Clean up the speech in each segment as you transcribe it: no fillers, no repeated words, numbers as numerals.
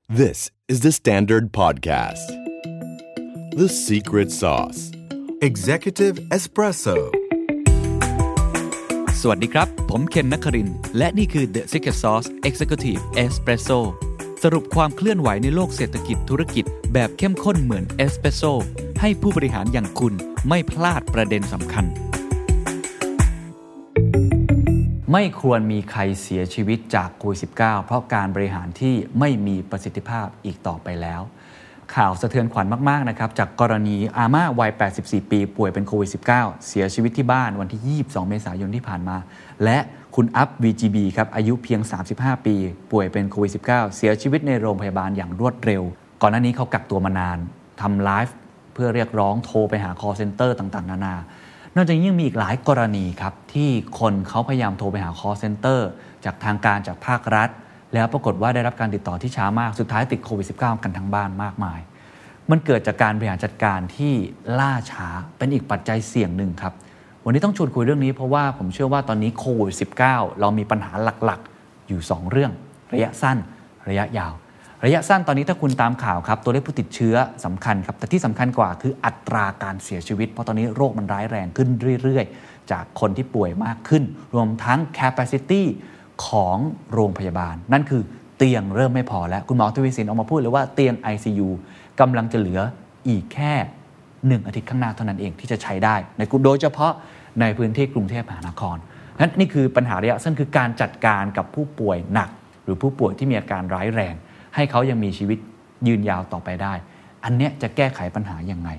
This is the Standard Podcast. The Secret Sauce. Executive Espresso. สวัสดีครับผมเคนนครินทร์และนี่คือ The Secret Sauce Executive Espresso สรุปความเคลื่อนไหวในโลกเศรษฐกิจธุรกิจแบบเข้มข้นเหมือนเอสเปรสโซ่ให้ผู้บริหารอย่างคุณไม่พลาดประเด็นสำคัญไม่ควรมีใครเสียชีวิตจากโควิด -19 เพราะการบริหารที่ไม่มีประสิทธิภาพอีกต่อไปแล้วข่าวสะเทือนขวัญมากๆนะครับจากกรณีอาม่าวัย84ปีป่วยเป็นโควิด -19 เสียชีวิตที่บ้านวันที่22เมษายนที่ผ่านมาและคุณอัพ VGB ครับอายุเพียง35ปีป่วยเป็นโควิด -19 เสียชีวิตในโรงพยาบาลอย่างรวดเร็วก่อนหน้านี้เขากักตัวมานานทำไลฟ์เพื่อเรียกร้องโทรไปหา call center ต่างๆนานานอกจากนี้ยังมีอีกหลายกรณีครับที่คนเขาพยายามโทรไปหา call center จากทางการจากภาครัฐแล้วปรากฏว่าได้รับการติดต่อที่ช้ามากสุดท้ายติดโควิด -19 กันทั้งบ้านมากมายมันเกิดจากการบริหารจัดการที่ล่าช้าเป็นอีกปัจจัยเสี่ยงหนึ่งครับวันนี้ต้องชวนคุยเรื่องนี้เพราะว่าผมเชื่อว่าตอนนี้โควิด -19 เรามีปัญหาหลักๆอยู่2เรื่องระยะสั้นระยะยาวระยะสั้นตอนนี้ถ้าคุณตามข่าวครับตัวเลขผู้ติดเชื้อสำคัญครับแต่ที่สำคัญกว่าคืออัตราการเสียชีวิตเพราะตอนนี้โรคมันร้ายแรงขึ้นเรื่อยๆจากคนที่ป่วยมากขึ้นรวมทั้ง capacity ของโรงพยาบาลนั่นคือเตียงเริ่มไม่พอแล้วคุณหมอทวีสินออกมาพูดเลยว่าเตียง ICU กำลังจะเหลืออีกแค่1อาทิตย์ข้างหน้าเท่านั้นเองที่จะใช้ได้ในโดยเฉพาะในพื้นที่กรุงเทพมหานครนั้นนี่คือปัญหาระยะสั้นคือการจัดการกับผู้ป่วยหนักหรือผู้ป่วยที่มีอาการร้ายแรงให้เขายังมีชีวิตยืนยาวต่อไปได้อันเนี้ยจะแก้ไขปัญหายังไง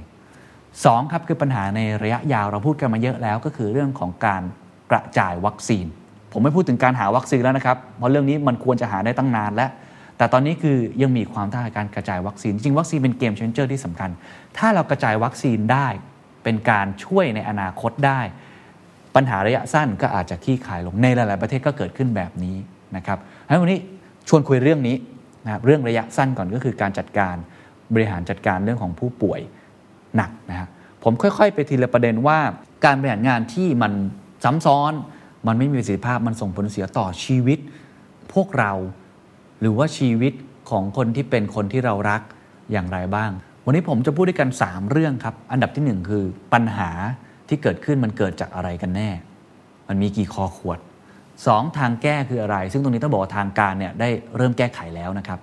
2ครับคือปัญหาในระยะยาวเราพูดกันมาเยอะแล้วก็คือเรื่องของการกระจายวัคซีนผมไม่พูดถึงการหาวัคซีนแล้วนะครับเพราะเรื่องนี้มันควรจะหาได้ตั้งนานแล้วแต่ตอนนี้คือยังมีความท้าทายการกระจายวัคซีนจริงวัคซีนเป็นเกมเชนเจอร์ที่สำคัญถ้าเรากระจายวัคซีนได้เป็นการช่วยในอนาคตได้ปัญหาระยะสั้นก็อาจจะคลี่คลายลงในหลายๆประเทศก็เกิดขึ้นแบบนี้นะครับวันนี้ชวนคุยเรื่องนี้นะครับเรื่องระยะสั้นก่อนก็คือการจัดการบริหารจัดการเรื่องของผู้ป่วยหนักนะครับผมค่อยๆไปทีละประเด็นว่าการบริหารงานที่มันซ้ำซ้อนมันไม่มีประสิทธิภาพมันส่งผลเสียต่อชีวิตพวกเราหรือว่าชีวิตของคนที่เป็นคนที่เรารักอย่างไรบ้างวันนี้ผมจะพูดด้วยกัน3เรื่องครับอันดับที่1คือปัญหาที่เกิดขึ้นมันเกิดจากอะไรกันแน่มันมีกี่คอขวด2ทางแก้คืออะไรซึ่งตรงนี้ต้องบอกว่าทางการเนี่ยได้เริ่มแก้ไขแล้วนะครับ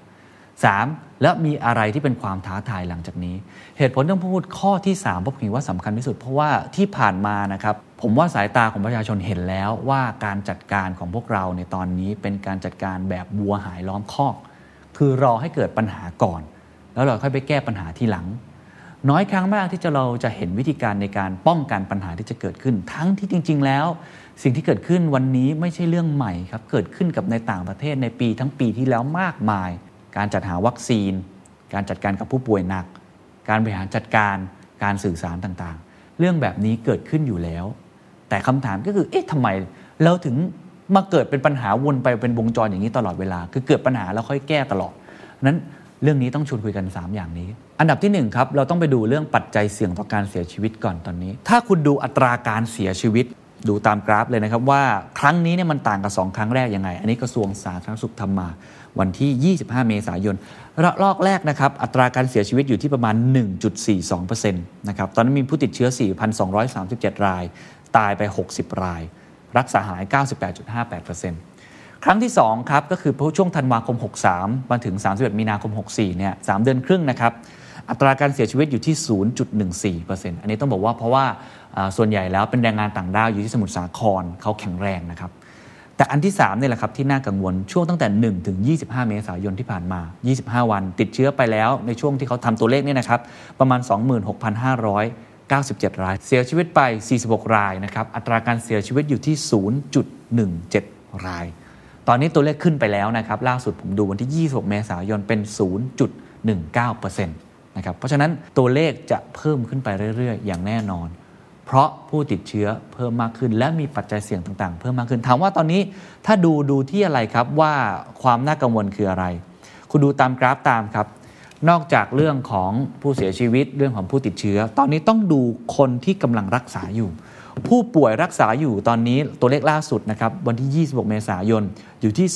3แล้วมีอะไรที่เป็นความท้าทายหลังจากนี้เหตุผลต้องพูดข้อที่3เพราะผมคิดว่าสำคัญที่สุดเพราะว่าที่ผ่านมานะครับผมว่าสายตาของประชาชนเห็นแล้วว่าการจัดการของพวกเราในตอนนี้เป็นการจัดการแบบวัวหายล้อมคอกคือรอให้เกิดปัญหาก่อนแล้วเราค่อยไปแก้ปัญหาทีหลังน้อยครั้งมากที่เราจะเห็นวิธีการในการป้องกันปัญหาที่จะเกิดขึ้นทั้งที่จริงๆแล้วสิ่งที่เกิดขึ้นวันนี้ไม่ใช่เรื่องใหม่ครับเกิดขึ้นกับในต่างประเทศในปีทั้งปีที่แล้วมากมายการจัดหาวัคซีนการจัดการกับผู้ป่วยหนักการบริหารจัดการการสื่อสารต่างๆเรื่องแบบนี้เกิดขึ้นอยู่แล้วแต่คำถามก็คือทำไมเราถึงมาเกิดเป็นปัญหาวนไปเป็นวงจรอย่างนี้ตลอดเวลาคือเกิดปัญหาแล้วค่อยแก้ตลอดนั้นเรื่องนี้ต้องชวนคุยกัน3อย่างนี้อันดับที่1ครับเราต้องไปดูเรื่องปัจจัยเสี่ยงต่อการเสียชีวิตก่อนตอนนี้ถ้าคุณดูอัตราการเสียชีวิตดูตามกราฟเลยนะครับว่าครั้งนี้เนี่ยมันต่างกับ2ครั้งแรกยังไงอันนี้กระทรวงสาธารณสุขทำมาวันที่25เมษายนระลอกแรกนะครับอัตราการเสียชีวิตอยู่ที่ประมาณ 1.42% นะครับตอนนั้นมีผู้ติดเชื้อ 4,237 รายตายไป60รายรักษาหาย 98.58% ครั้งที่2ครับก็คือช่วงธันวาคม63มาถึง31มีนาคม64เนี่ย3เดือนครึ่งนะครับอัตราการเสียชีวิตอยู่ที่ 0.14% อันนี้ต้องบอกว่าเพราะว่าส่วนใหญ่แล้วเป็นแรงงานต่างด้าวอยู่ที่สมุทรสาครเขาแข็งแรงนะครับแต่อันที่3นี่แหละครับที่น่ากังวลช่วงตั้งแต่1ถึง25เมษายนที่ผ่านมา25วันติดเชื้อไปแล้วในช่วงที่เขาทำตัวเลขนี่นะครับประมาณ 26,597 รายเสียชีวิตไป46รายนะครับอัตราการเสียชีวิตอยู่ที่ 0.17 รายตอนนี้ตัวเลขขึ้นไปแล้วนะครับล่าสุดผมดูวันที่26เมษายนเป็น 0.19% นะครับเพราะฉะนั้นตัวเลขจะเพิ่มขึ้นไปเรื่อยๆอย่างแน่นอนเพราะผู้ติดเชื้อเพิ่มมากขึ้นและมีปัจจัยเสี่ยงต่างๆเพิ่มมากขึ้นถามว่าตอนนี้ถ้าดูที่อะไรครับว่าความน่ากังวลคืออะไรคุณดูตามกราฟตามครับนอกจากเรื่องของผู้เสียชีวิตเรื่องของผู้ติดเชื้อตอนนี้ต้องดูคนที่กำลังรักษาอยู่ผู้ป่วยรักษาอยู่ตอนนี้ตัวเลขล่าสุดนะครับวันที่26เมษายนอยู่ที่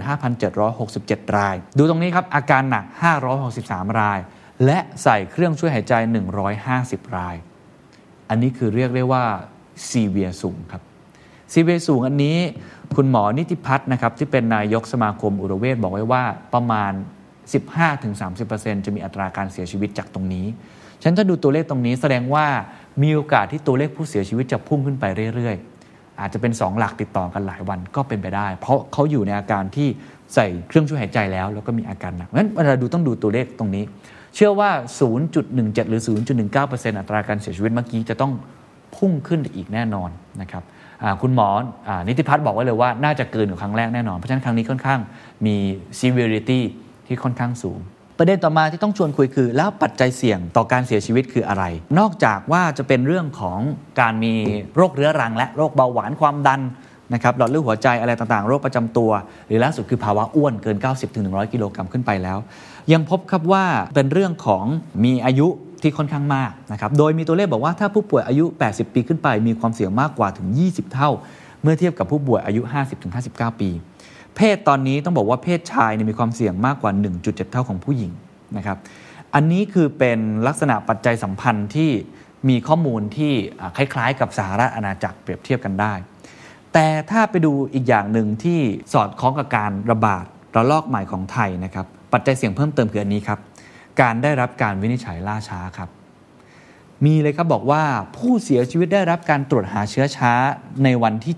25,767 รายดูตรงนี้ครับอาการหนัก563รายและใส่เครื่องช่วยหายใจ150รายอันนี้คือเรียกได้ว่าซีเวียสูงครับซีเวียสูงอันนี้คุณหมอนิติพัฒน์นะครับที่เป็นนายกสมาคมอุรเวชบอกไว้ว่าประมาณ 15-30% จะมีอัตราการเสียชีวิตจากตรงนี้ฉันถ้าดูตัวเลขตรงนี้แสดงว่ามีโอกาสที่ตัวเลขผู้เสียชีวิตจะพุ่งขึ้นไปเรื่อยๆอาจจะเป็น2หลักติดต่อกันหลายวันก็เป็นไปได้เพราะเขาอยู่ในอาการที่ใส่เครื่องช่วยหายใจแล้วก็มีอาการหนักงั้นเวลาดูต้องดูตัวเลขตรงนี้เชื่อว่า 0.17 หรือ 0.19% อัตราการเสียชีวิตเมื่อกี้จะต้องพุ่งขึ้นอีกแน่นอนนะครับคุณหมอนิติพัฒน์บอกไว้เลยว่าน่าจะเกินกว่าครั้งแรกแน่นอนเพราะฉะนั้นครั้งนี้ค่อนข้างมี severity ที่ค่อนข้างสูงประเด็นต่อมาที่ต้องชวนคุยคือแล้วปัจจัยเสี่ยงต่อการเสียชีวิตคืออะไรนอกจากว่าจะเป็นเรื่องของการมีโรคเรื้อรังและโรคเบาหวานความดันนะครับหลอดเลือดหัวใจอะไรต่างๆโรคประจำตัวหรือล่าสุดคือภาวะอ้วนเกิน 90-100 กิโลกรัมขึ้นไปแล้วยังพบครับว่าเป็นเรื่องของมีอายุที่ค่อนข้างมากนะครับโดยมีตัวเลขบอกว่าถ้าผู้ป่วยอายุ80ปีขึ้นไปมีความเสี่ยงมากกว่าถึง20เท่าเมื่อเทียบกับผู้ป่วยอายุ 50-59 ปีเพศตอนนี้ต้องบอกว่าเพศชายมีความเสี่ยงมากกว่า 1.7 เท่าของผู้หญิงนะครับอันนี้คือเป็นลักษณะปัจจัยสัมพันธ์ที่มีข้อมูลที่คล้ายๆกับสหรัฐอาณาจักรเปรียบเทียบกันได้แต่ถ้าไปดูอีกอย่างหนึ่งที่สอดคล้องกับการระบาดระลอกใหม่ของไทยนะครับปัจจัยเสี่ยงเพิ่มเติมคืออันนี้ครับการได้รับการวินิจฉัยล่าช้าครับมีเลยครับบอกว่าผู้เสียชีวิตได้รับการตรวจหาเชื้อช้าในวันที่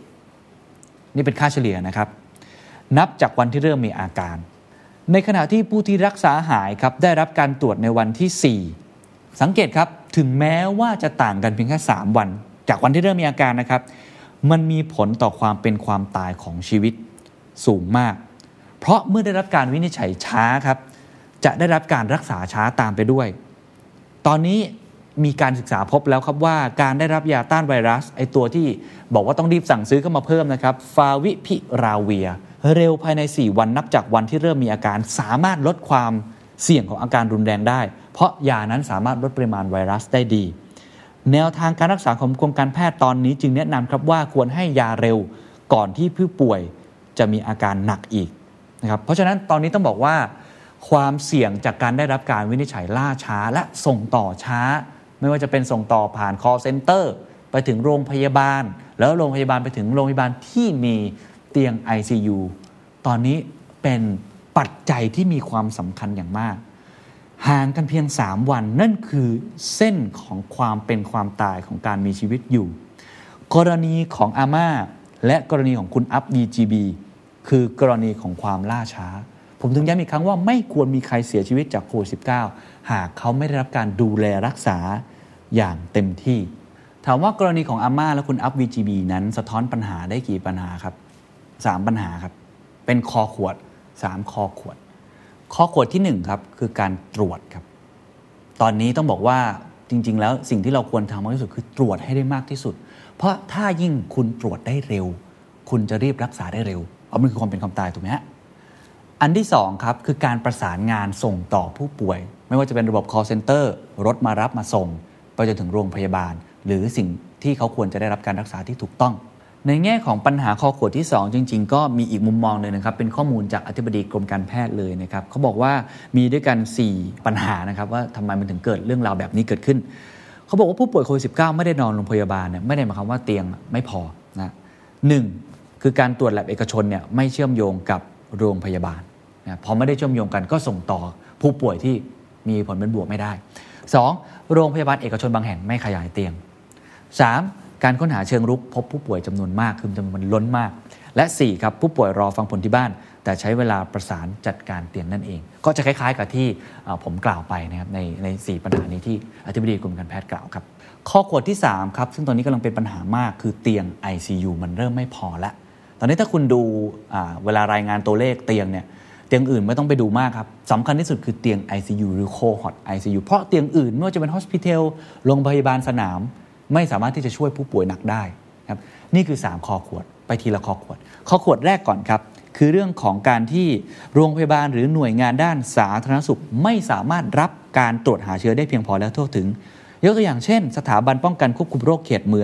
7นี่เป็นค่าเฉลี่ยนะครับนับจากวันที่เริ่มมีอาการในขณะที่ผู้ที่รักษาหายครับได้รับการตรวจในวันที่4สังเกตครับถึงแม้ว่าจะต่างกันเพียงแค่3วันจากวันที่เริ่มมีอาการนะครับมันมีผลต่อความเป็นความตายของชีวิตสูงมากเพราะเมื่อได้รับการวินิจฉัยช้าครับจะได้รับการรักษาช้าตามไปด้วยตอนนี้มีการศึกษาพบแล้วครับว่าการได้รับยาต้านไวรัสไอตัวที่บอกว่าต้องรีบสั่งซื้อเข้ามาเพิ่มนะครับฟาวิพิราเวียเร็วภายใน4วันนับจากวันที่เริ่มมีอาการสามารถลดความเสี่ยงของอาการรุนแรงได้เพราะยานั้นสามารถลดปริมาณไวรัสได้ดีแนวทางการรักษาของกรมการแพทย์ตอนนี้จึงแนะนำครับว่าควรให้ยาเร็วก่อนที่ผู้ป่วยจะมีอาการหนักอีกนะครับเพราะฉะนั้นตอนนี้ต้องบอกว่าความเสี่ยงจากการได้รับการวินิจฉัยล่าช้าและส่งต่อช้าไม่ว่าจะเป็นส่งต่อผ่าน call center ไปถึงโรงพยาบาลแล้วโรงพยาบาลไปถึงโรงพยาบาลที่มีเตียง ICU ตอนนี้เป็นปัจจัยที่มีความสำคัญอย่างมากห่างกันเพียง3วันนั่นคือเส้นของความเป็นความตายของการมีชีวิตอยู่กรณีของอาม่าและกรณีของคุณอัพ DGB คือกรณีของความล่าช้าผมถึงย้ำอีกครั้งว่าไม่ควรมีใครเสียชีวิตจากโควิด -19 หากเขาไม่ได้รับการดูแลรักษาอย่างเต็มที่ถามว่ากรณีของอาม่าและคุณอัพ DGB นั้นสะท้อนปัญหาได้กี่ปัญหาครับ3ปัญหาครับเป็นคอขวด3คอขวดข้อขวดที่1ครับคือการตรวจครับตอนนี้ต้องบอกว่าจริงๆแล้วสิ่งที่เราควรทำมากที่สุดคือตรวจให้ได้มากที่สุดเพราะถ้ายิ่งคุณตรวจได้เร็วคุณจะรีบรักษาได้เร็วเพราะมันคือความเป็นความตายถูกไหมฮะอันที่2ครับคือการประสานงานส่งต่อผู้ป่วยไม่ว่าจะเป็นระบบ call center รถมารับมาส่งไปจนถึงโรงพยาบาลหรือสิ่งที่เขาควรจะได้รับการรักษาที่ถูกต้องในแง่ของปัญหาคอขวดที่2จริงๆก็มีอีกมุมมองนึงนะครับเป็นข้อมูลจากอธิบดีกรมการแพทย์เลยนะครับเขาบอกว่ามีด้วยกัน4ปัญหานะครับว่าทำไมมันถึงเกิดเรื่องราวแบบนี้เกิดขึ้นเขาบอกว่าผู้ป่วยโควิด -19 ไม่ได้นอนโรงพยาบาลเนี่ยไม่ได้หมายความว่าเตียงไม่พอนะ1คือการตรวจแลบเอกชนเนี่ยไม่เชื่อมโยงกับโรงพยาบาลนะพอไม่ได้เชื่อมโยงกันก็ส่งต่อผู้ป่วยที่มีผลเป็นบวกไม่ได้2โรงพยาบาลเอกชนบางแห่งไม่ขยายเตียง3การค้นหาเชิงรุกพบผู้ป่วยจำนวนมากคือจำนวนล้นมากและ4ครับผู้ป่วยรอฟังผลที่บ้านแต่ใช้เวลาประสานจัดการเตียงนั่นเองก็จะคล้ายๆกับที่ผมกล่าวไปนะครับใน4ปัญหานี้ที่อธิบดีกรมการแพทย์กล่าวครับข้อขวดที่3ครับซึ่งตอนนี้กำลังเป็นปัญหามากคือเตียง ICU มันเริ่มไม่พอแล้วตอนนี้ถ้าคุณดูเวลารายงานตัวเลขเตียงเนี่ยเตียงอื่นไม่ต้องไปดูมากครับสำคัญที่สุดคือเตียง ICU หรือ Cohort ICU เพราะเตียงอื่นไม่ว่าจะเป็น Hospital โรงพยาบาลสนามไม่สามารถที่จะช่วยผู้ป่วยหนักได้ครับนี่คือ3คอขวดไปทีละคอขวดข้อขวดแรกก่อนครับคือเรื่องของการที่โรงพยาบาลหรือหน่วยงานด้านสาธารณสุขไม่สามารถรับการตรวจหาเชื้อได้เพียงพอและทั่วถึงยกตัวอย่างเช่นสถาบันป้องกันควบคุมโรคเขตเมือง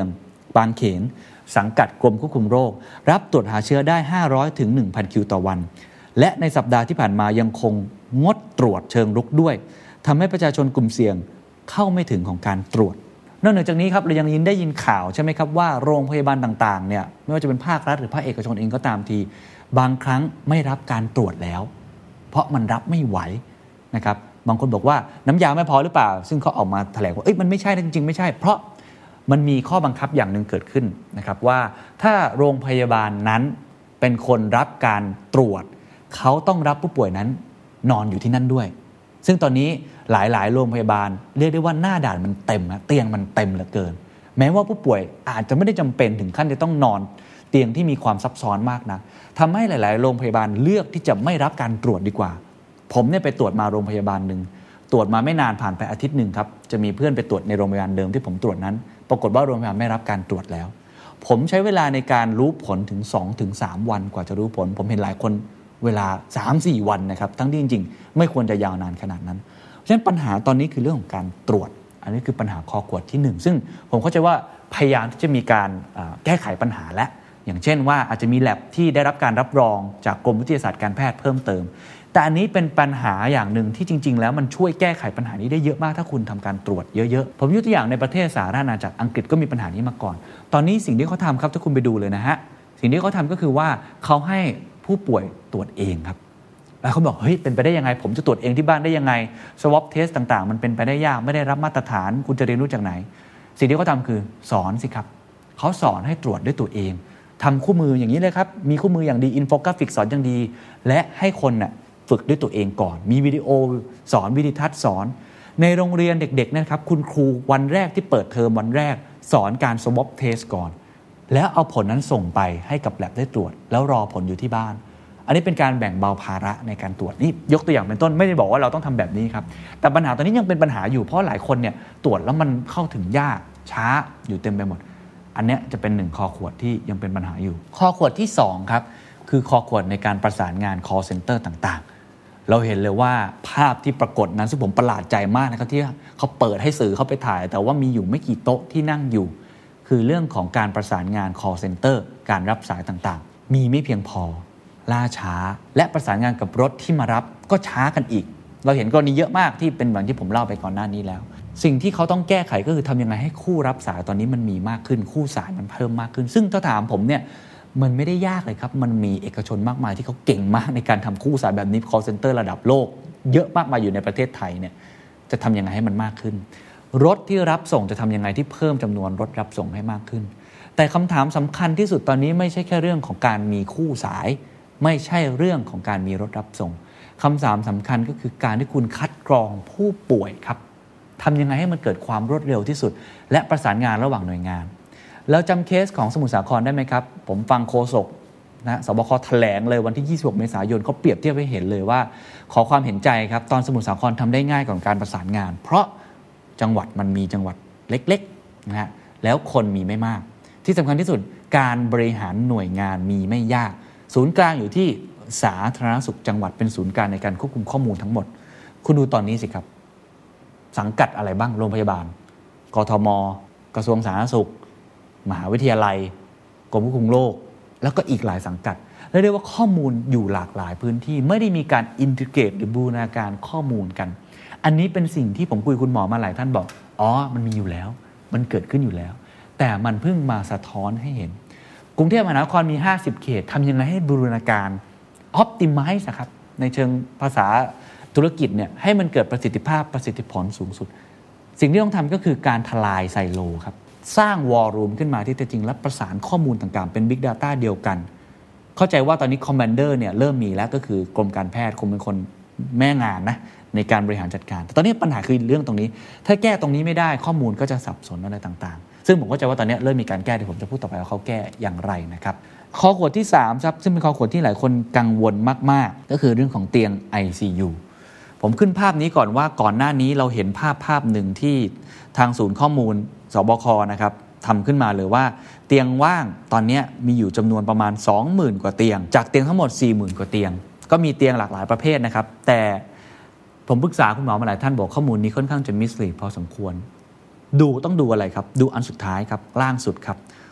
บางเขนสังกัดกรมควบคุมโรครับตรวจหาเชื้อได้500ถึง 1,000 คิวต่อวันและในสัปดาห์ที่ผ่านมายังคงงดตรวจเชิงรุกด้วยทำให้ประชาชนกลุ่มเสี่ยงเข้าไม่ถึงของการตรวจนอกจากนี้ครับเรายังได้ยินข่าวใช่ไหมครับว่าโรงพยาบาลต่างๆเนี่ยไม่ว่าจะเป็นภาครัฐหรือภาคเอกชนเองก็ตามทีบางครั้งไม่รับการตรวจแล้วเพราะมันรับไม่ไหวนะครับบางคนบอกว่าน้ำยาไม่พอหรือเปล่าซึ่งเขาออกมาแถลงว่ามันไม่ใช่นะจริงๆไม่ใช่เพราะมันมีข้อบังคับอย่างหนึ่งเกิดขึ้นนะครับว่าถ้าโรงพยาบาลนั้นเป็นคนรับการตรวจเขาต้องรับผู้ป่วยนั้นนอนอยู่ที่นั่นด้วยซึ่งตอนนี้หลายๆโรงพยาบาลเรียกได้ว่าหน้าด่านมันเต็มนะเตียงมันเต็มเหลือเกินแม้ว่าผู้ป่วยอาจจะไม่ได้จำเป็นถึงขั้นจะต้องนอนเตียงที่มีความซับซ้อนมากนะทำให้หลายๆโรงพยาบาลเลือกที่จะไม่รับการตรวจดีกว่าผมเนี่ยไปตรวจมาโรงพยาบาลนึงตรวจมาไม่นานผ่านไปอาทิตย์นึงครับจะมีเพื่อนไปตรวจในโรงพยาบาลเดิมที่ผมตรวจนั้นปรากฏว่าโรงพยาบาลไม่รับการตรวจแล้วผมใช้เวลาในการรู้ผลถึง 2-3 วันกว่าจะรู้ผลผมเห็นหลายคนเวลา 3-4 วันนะครับทั้งที่จริงๆไม่ควรจะยาวนานขนาดนั้นเพราะฉะนั้นปัญหาตอนนี้คือเรื่องของการตรวจอันนี้คือปัญหาคอขวดที่1ซึ่งผมเข้าใจว่าพยายามที่จะมีการแก้ไขปัญหาและอย่างเช่นว่าอาจจะมี lab ที่ได้รับการรับรองจากกรมวิทยาศาสตร์การแพทย์เพิ่มเติมแต่อันนี้เป็นปัญหาอย่างหนึ่งที่จริงๆแล้วมันช่วยแก้ไขปัญหานี้ได้เยอะมากถ้าคุณทำการตรวจเยอะๆผมยกตัวอย่างในประเทศสหราชอาณาจักรอังกฤษก็มีปัญหานี้มาก่อนตอนนี้สิ่งที่เขาทำครับถ้าคุณไปดูเลยนะฮะสิ่งที่เขาทำก็คือว่าเขาให้ผู้ป่วยตรวจเองครับแล้วเขาบอกเฮ้ยเป็นไปได้ยังไงผมจะตรวจเองที่บ้านได้ยังไง swab test ต่างๆมันเป็นไปได้ยากไม่ได้รับมาตรฐานคุณจะเรียนรู้จากไหนสิ่งที่เขาทำคือสอนสิครับเขาสอนให้ตรวจด้วยตัวเองทำคู่มืออย่างนี้เลยครับมีคู่มืออย่างดีอินโฟกราฟิกสอนอย่างดีและให้คนน่ะฝึกด้วยตัวเองก่อนมีวิดีโอสอนวิดีทัศน์สอนในโรงเรียนเด็กๆนะครับคุณครูวันแรกที่เปิดเทอมวันแรกสอนการ swab test ก่อนแล้วเอาผลนั้นส่งไปให้กับ lab ได้ตรวจแล้วรอผลอยู่ที่บ้านอันนี้เป็นการแบ่งเบาภาระในการตรวจนี่ยกตัวอย่างเป็นต้นไม่ได้บอกว่าเราต้องทำแบบนี้ครับแต่ปัญหาตอนนี้ยังเป็นปัญหาอยู่เพราะหลายคนเนี่ยตรวจแล้วมันเข้าถึงยากช้าอยู่เต็มไปหมดอันนี้จะเป็น1คอขวดที่ยังเป็นปัญหาอยู่คอขวดที่2ครับคือคอขวดในการประสานงาน call center ต่างๆเราเห็นเลยว่าภาพที่ปรากฏนั้นซึ่งผมประหลาดใจมากนะครับที่เขาเปิดให้สื่อเข้าไปถ่ายแต่ว่ามีอยู่ไม่กี่โต๊ะที่นั่งอยู่คือเรื่องของการประสานงาน call center การรับสายต่างๆมีไม่เพียงพอล่าช้าและประสานงานกับรถที่มารับก็ช้ากันอีกเราเห็นกรณีเยอะมากที่เป็นแบบที่ผมเล่าไปก่อนหน้านี้แล้วสิ่งที่เขาต้องแก้ไขก็คือทำยังไงให้คู่รับสายตอนนี้มันมีมากขึ้นคู่สายมันเพิ่มมากขึ้นซึ่งถ้าถามผมเนี่ยมันไม่ได้ยากเลยครับมันมีเอกชนมากมายที่เขาเก่งมากในการทำคู่สายแบบนี้ call center ระดับโลกเยอะมากมายอยู่ในประเทศไทยเนี่ยจะทำยังไงให้มันมากขึ้นรถที่รับส่งจะทำยังไงที่เพิ่มจำนวนรถรับส่งให้มากขึ้นแต่คำถามสำคัญที่สุดตอนนี้ไม่ใช่แค่เรื่องของการมีคู่สายไม่ใช่เรื่องของการมีรถรับส่งคำถามสำคัญก็คือการที่คุณคัดกรองผู้ป่วยครับทำยังไงให้มันเกิดความรวดเร็วที่สุดและประสานงานระหว่างหน่วยงานแล้วจำเคสของสมุทรสาครได้ไหมครับผมฟังโฆษกนะสบคแถลงเลยวันที่26เมษายนเขาเปรียบเทียบให้เห็นเลยว่าขอความเห็นใจครับตอนสมุทรสาครทำได้ง่ายกว่าการประสานงานเพราะจังหวัดมันมีจังหวัดเล็กๆนะฮะแล้วคนมีไม่มากที่สำคัญที่สุดการบริหารหน่วยงานมีไม่ยากศูนย์กลางอยู่ที่สาธารณสุขจังหวัดเป็นศูนย์กลางในการควบคุมข้อมูลทั้งหมดคุณดูตอนนี้สิครับสังกัดอะไรบ้างโรงพยาบาลกทม.กระทรวงสาธารณสุขมหาวิทยาลัยกรมควบคุมโรคแล้วก็อีกหลายสังกัดเรียกว่าข้อมูลอยู่หลากหลายพื้นที่ไม่ได้มีการอินทิเกรตหรือบูรณาการข้อมูลกันอันนี้เป็นสิ่งที่ผมคุยคุณหมอมาหลายท่านบอกมันมีอยู่แล้วมันเกิดขึ้นอยู่แล้วแต่มันเพิ่งมาสะท้อนให้เห็นกรุงเทพมหานครมี50เขตทำยังไงให้บูรณาการoptimize นะครับในเชิงภาษาธุรกิจเนี่ยให้มันเกิดประสิทธิภาพประสิทธิผลสูงสุดสิ่งที่ต้องทำก็คือการทลายไซโลครับสร้างวอลลุ่มขึ้นมาที่แท้จริงและประสานข้อมูลต่างๆเป็น Big Data เดียวกันเข้าใจว่าตอนนี้ Commander เนี่ยเริ่มมีแล้วก็คือกรมการแพทย์คงเป็นคนแม่งานนะในการบริหารจัดการแต่ตอนนี้ปัญหาคือเรื่องตรงนี้ถ้าแก้ตรงนี้ไม่ได้ข้อมูลก็จะสับสนอะไรต่างๆซึ่งผมเข้าใจว่าตอนนี้เริ่มมีการแก้เดี๋ยวผมจะพูดต่อไปว่าเขาแก้อย่างไรนะครับข้อขวดที่3ครับซึ่งเป็นข้อขวดที่หลายคนกังวลมากๆก็คือเรื่องของเตียง ICU ผมขึ้นภาพนี้ก่อนว่าก่อนหน้านี้เราเห็นภาพหนึ่งที่ทางศูนย์ข้อมูลสบคนะครับทำขึ้นมาเลยว่าเตียงว่างตอนนี้มีอยู่จำนวนประมาณ 20,000 กว่าเตียงจากเตียงทั้งหมด 40,000 กว่าเตียงก็มีเตียงหลากหลายประเภทนะครับแต่ผมปรึกษาคุณหมอมาหลายท่านบอกข้อมูลนี้ค่อนข้างจะมิสลีดพอสมควรต้องดูอะไรครับดูอันสุดท้ายครับล่างสุดครับ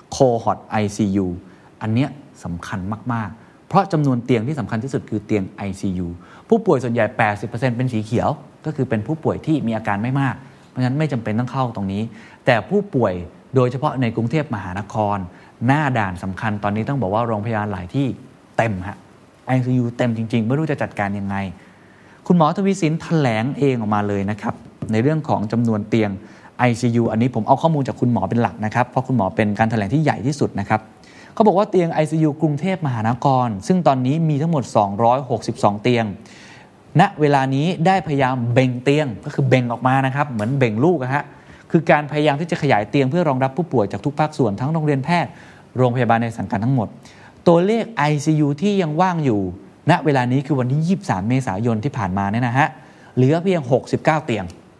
cohort ICU อันเนี้ยสำคัญมากๆเพราะจำนวนเตียงที่สำคัญที่สุดคือเตียง ICU ผู้ป่วยส่วนใหญ่ 80% เป็นสีเขียวก็คือเป็นผู้ป่วยที่มีอาการไม่มากเพราะฉะนั้นไม่จำเป็นต้องเข้าตรงนี้แต่ผู้ป่วยโดยเฉพาะในกรุงเทพมหานครหน้าด่านสำคัญตอนนี้ต้องบอกว่าโรงพยาบาลหลายที่เต็มฮะ ICU เต็มจริงๆไม่รู้จะจัดการยังไงคุณหมอทวีสินแถลงเองออกมาเลยนะครับในเรื่องของจำนวนเตียง ICU อันนี้ผมเอาข้อมูลจากคุณหมอเป็นหลักนะครับเพราะคุณหมอเป็นการแถลงที่ใหญ่ที่สุดนะครับเขาบอกว่าเตียง ICU กรุงเทพมหานครซึ่งตอนนี้มีทั้งหมด262เตียงณเวลานี้ได้พยายามเบ่งเตียงก็คือเบ่งออกมานะครับเหมือนเบ่งลูกฮะคือการพยายามที่จะขยายเตียงเพื่อรองรับผู้ป่วยจากทุกภาคส่วนทั้งโรงเรียนแพทย์โรงพยาบาลในสังกัดทั้งหมดตัวเลข ICU ที่ยังว่างอยู่ณเวลานี้คือวันที่23เมษายนที่ผ่านมาเนี่ยนะฮะเหลือเพียง69เตียง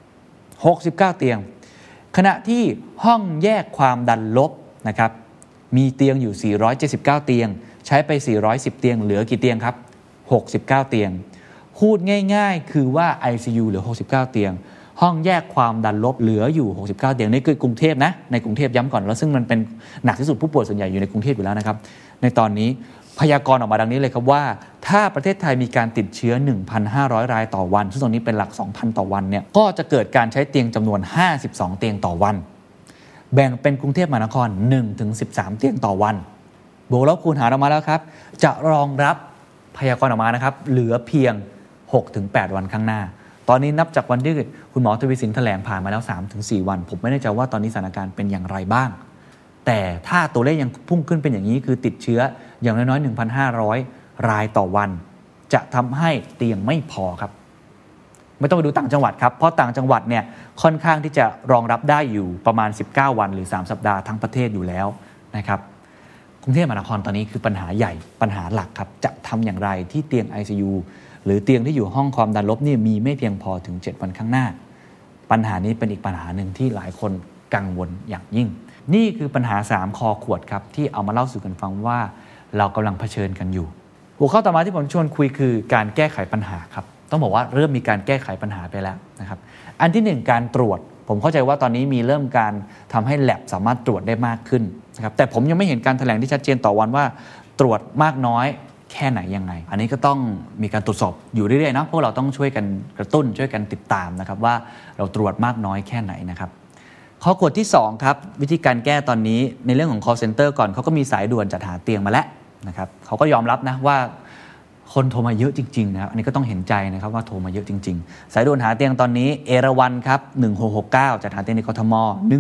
69เตียงขณะที่ห้องแยกความดันลบนะครับมีเตียงอยู่479เตียงใช้ไป410เตียงเหลือกี่เตียงครับ69เตียงพูดง่ายๆคือว่า ICU เหลือ69เตียงห้องแยกความดันลบเหลืออยู่69เตียงนี่คือกรุงเทพนะในกรุงเทพย้ำก่อนแล้วซึ่งมันเป็นหนักที่สุดผู้ป่วยส่วนใหญ่อยู่ในกรุงเทพอยู่แล้วนะครับในตอนนี้พยากรณ์ออกมาดังนี้เลยครับว่าถ้าประเทศไทยมีการติดเชื้อ 1,500 รายต่อวันซึ่งตรงนี้เป็นหลัก 2,000 ต่อวันเนี่ยก็จะเกิดการใช้เตียงจำนวน52เตียงต่อวันแบ่งเป็นกรุงเทพมหานคร 1-13 เตียงต่อวันบวกลบคูณหารออกมาแล้วครับจะรองรับพยากรณ์ออกมานะครับเหลือเพียง 6-8 วันข้างหน้าตอนนี้นับจากวันที่คุณหมอทวีสินแถลงผ่านมาแล้ว 3-4 วันผมไม่แน่ใจว่าตอนนี้สถานการณ์เป็นอย่างไรบ้างแต่ถ้าตัวเลขยังพุ่งขึ้นเป็นอย่างนี้คือติดเชื้ออย่างน้อยๆ 1,500 รายต่อวันจะทำให้เตียงไม่พอครับไม่ต้องไปดูต่างจังหวัดครับเพราะต่างจังหวัดเนี่ยค่อนข้างที่จะรองรับได้อยู่ประมาณ19วันหรือ3สัปดาห์ทั้งประเทศอยู่แล้วนะครับกรุงเทพมหานครตอนนี้คือปัญหาใหญ่ปัญหาหลักครับจะทำอย่างไรที่เตียง ICU หรือเตียงที่อยู่ห้องความดันลบนี่มีไม่เพียงพอถึง7วันข้างหน้าปัญหานี้เป็นอีกปัญหาหนึ่งที่หลายคนกังวลอย่างยิ่งนี่คือปัญหา3คอขวดครับที่เอามาเล่าสู่กันฟังว่าเรากำลังเผชิญกันอยู่หัวข้อต่อมาที่ผมชวนคุยคือการแก้ไขปัญหาครับต้องบอกว่าเริ่มมีการแก้ไขปัญหาไปแล้วนะครับอันที่1การตรวจผมเข้าใจว่าตอนนี้มีเริ่มการทำให้ lab สามารถตรวจได้มากขึ้นนะครับแต่ผมยังไม่เห็นการแถลงที่ชัดเจนต่อวันว่าตรวจมากน้อยแค่ไหนยังไงอันนี้ก็ต้องมีการตรวจสอบอยู่เรื่อยๆนะพวกเราต้องช่วยกันกระตุ้นช่วยกันติดตามนะครับว่าเราตรวจมากน้อยแค่ไหนนะครับข้อกฎที่2ครับวิธีการแก้ตอนนี้ในเรื่องของ call center ก่อนเขาก็มีสายด่วนจัดหาเตียงมาแล้วนะครับเขาก็ยอมรับนะว่าคนโทรมาเยอะจริงๆนะครับอันนี้ก็ต้องเห็นใจนะครับว่าโทรมาเยอะจริงๆสายด่วนหาเตียงตอนนี้เอราวัณครับ1669จัดหาเตียงในกทม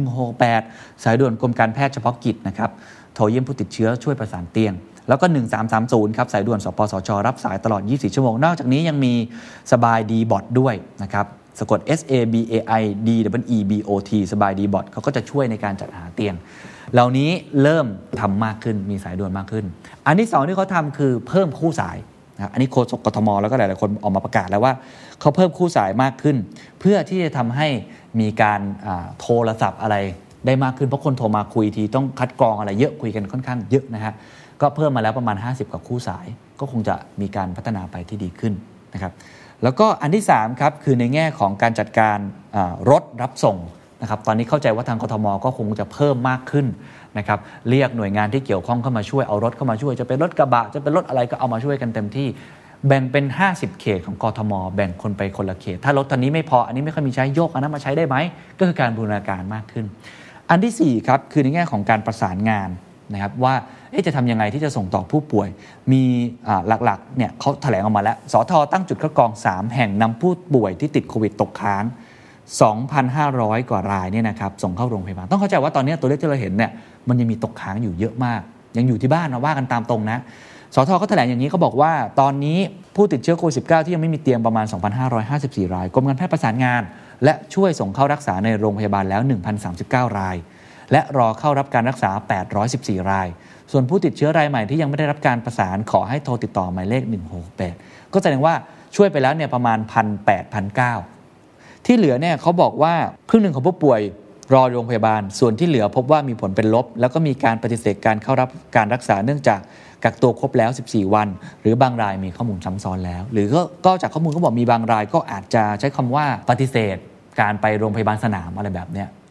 168สายด่วนกรมการแพทย์เฉพาะกิจนะครับโทรเยี่ยมผู้ติดเชื้อช่วยประสานเตียงแล้วก็1330ครับสายด่วนสปสช.รับสายตลอด24ชั่วโมงนอกจากนี้ยังมีสบายดีบอทด้วยนะครับสะกด SABAIDEBOT สบายดีบอทเขาก็จะช่วยในการจัดหาเตียงเหล่านี้เริ่มทำมากขึ้นมีสายด่วนมากขึ้นอันที่2ที่เขาทำคือเพิ่มคู่สายนะอันนี้โฆษกกทมแล้วก็หลายๆคนออกมาประกาศแล้วว่าเขาเพิ่มคู่สายมากขึ้นเพื่อที่จะทำให้มีการโทรศัพท์อะไรได้มากขึ้นเพราะคนโทรมาคุยทีต้องคัดกรองอะไรเยอะคุยกันค่อนข้างเยอะนะฮะก็เพิ่มมาแล้วประมาณ50กว่าคู่สายก็คงจะมีการพัฒนาไปที่ดีขึ้นนะครับแล้วก็อันที่3ครับคือในแง่ของการจัดการรถรับส่งนะครับตอนนี้เข้าใจว่าทางกทมก็คงจะเพิ่มมากขึ้นนะครับเรียกหน่วยงานที่เกี่ยวข้องเข้ามาช่วยเอารถเข้ามาช่วยจะเป็นรถกระบะจะเป็นรถอะไรก็เอามาช่วยกันเต็มที่แบ่งเป็น50เขตของกทมแบ่งคนไปคนละเขตถ้ารถคันนี้ไม่พออันนี้ไม่ค่อยมีใช้โยกอันนั้นมาใช้ได้ไหมก็คือการบูรณาการมากขึ้นอันที่4ครับคือในแง่ของการประสานงานนะครับว่าจะทำยังไงที่จะส่งต่อผู้ป่วยมีหลักๆเนี่ยเขาแถลงออกมาแล้วสท.ตั้งจุดคัดกรอง3แห่งนำผู้ป่วยที่ติดโควิดตกค้าง 2,500 กว่ารายเนี่ยนะครับส่งเข้าโรงพยาบาลต้องเข้าใจว่าตอนนี้ตัวเลขที่เราเห็นเนี่ยมันยังมีตกค้างอยู่เยอะมากยังอยู่ที่บ้านนะว่ากันตามตรงนะสท.เขาแถลงอย่างนี้เขาบอกว่าตอนนี้ผู้ติดเชื้อโควิด -19 ที่ยังไม่มีเตียงประมาณ 2,554 รายกรมการแพทย์ประสานงานและช่วยส่งเข้ารักษาในโรงพยาบาลแล้ว 1,039 รายและรอเข้ารับการรักษา814รายส่วนผู้ติดเชื้อรายใหม่ที่ยังไม่ได้รับการประสานขอให้โทรติดต่อหมายเลข168ก็แสดงว่าช่วยไปแล้วเนี่ยประมาณ 1,800-1,900 ที่เหลือเนี่ยเขาบอกว่าครึ่งหนึ่งของผู้ป่วยรอโรงพยาบาลส่วนที่เหลือพบว่ามีผลเป็นลบแล้วก็มีการปฏิเสธการเข้ารับการรักษาเนื่องจากกักตัวครบแล้ว14วันหรือบางรายมีข้อมูลซ้ำซ้อนแล้วหรือก็จากข้อมูลก็บอกมีบางรายก็อาจจะใช้คำว่าปฏิเสธการไปโรงพยาบาลสนามอะไรแบบเนี้ย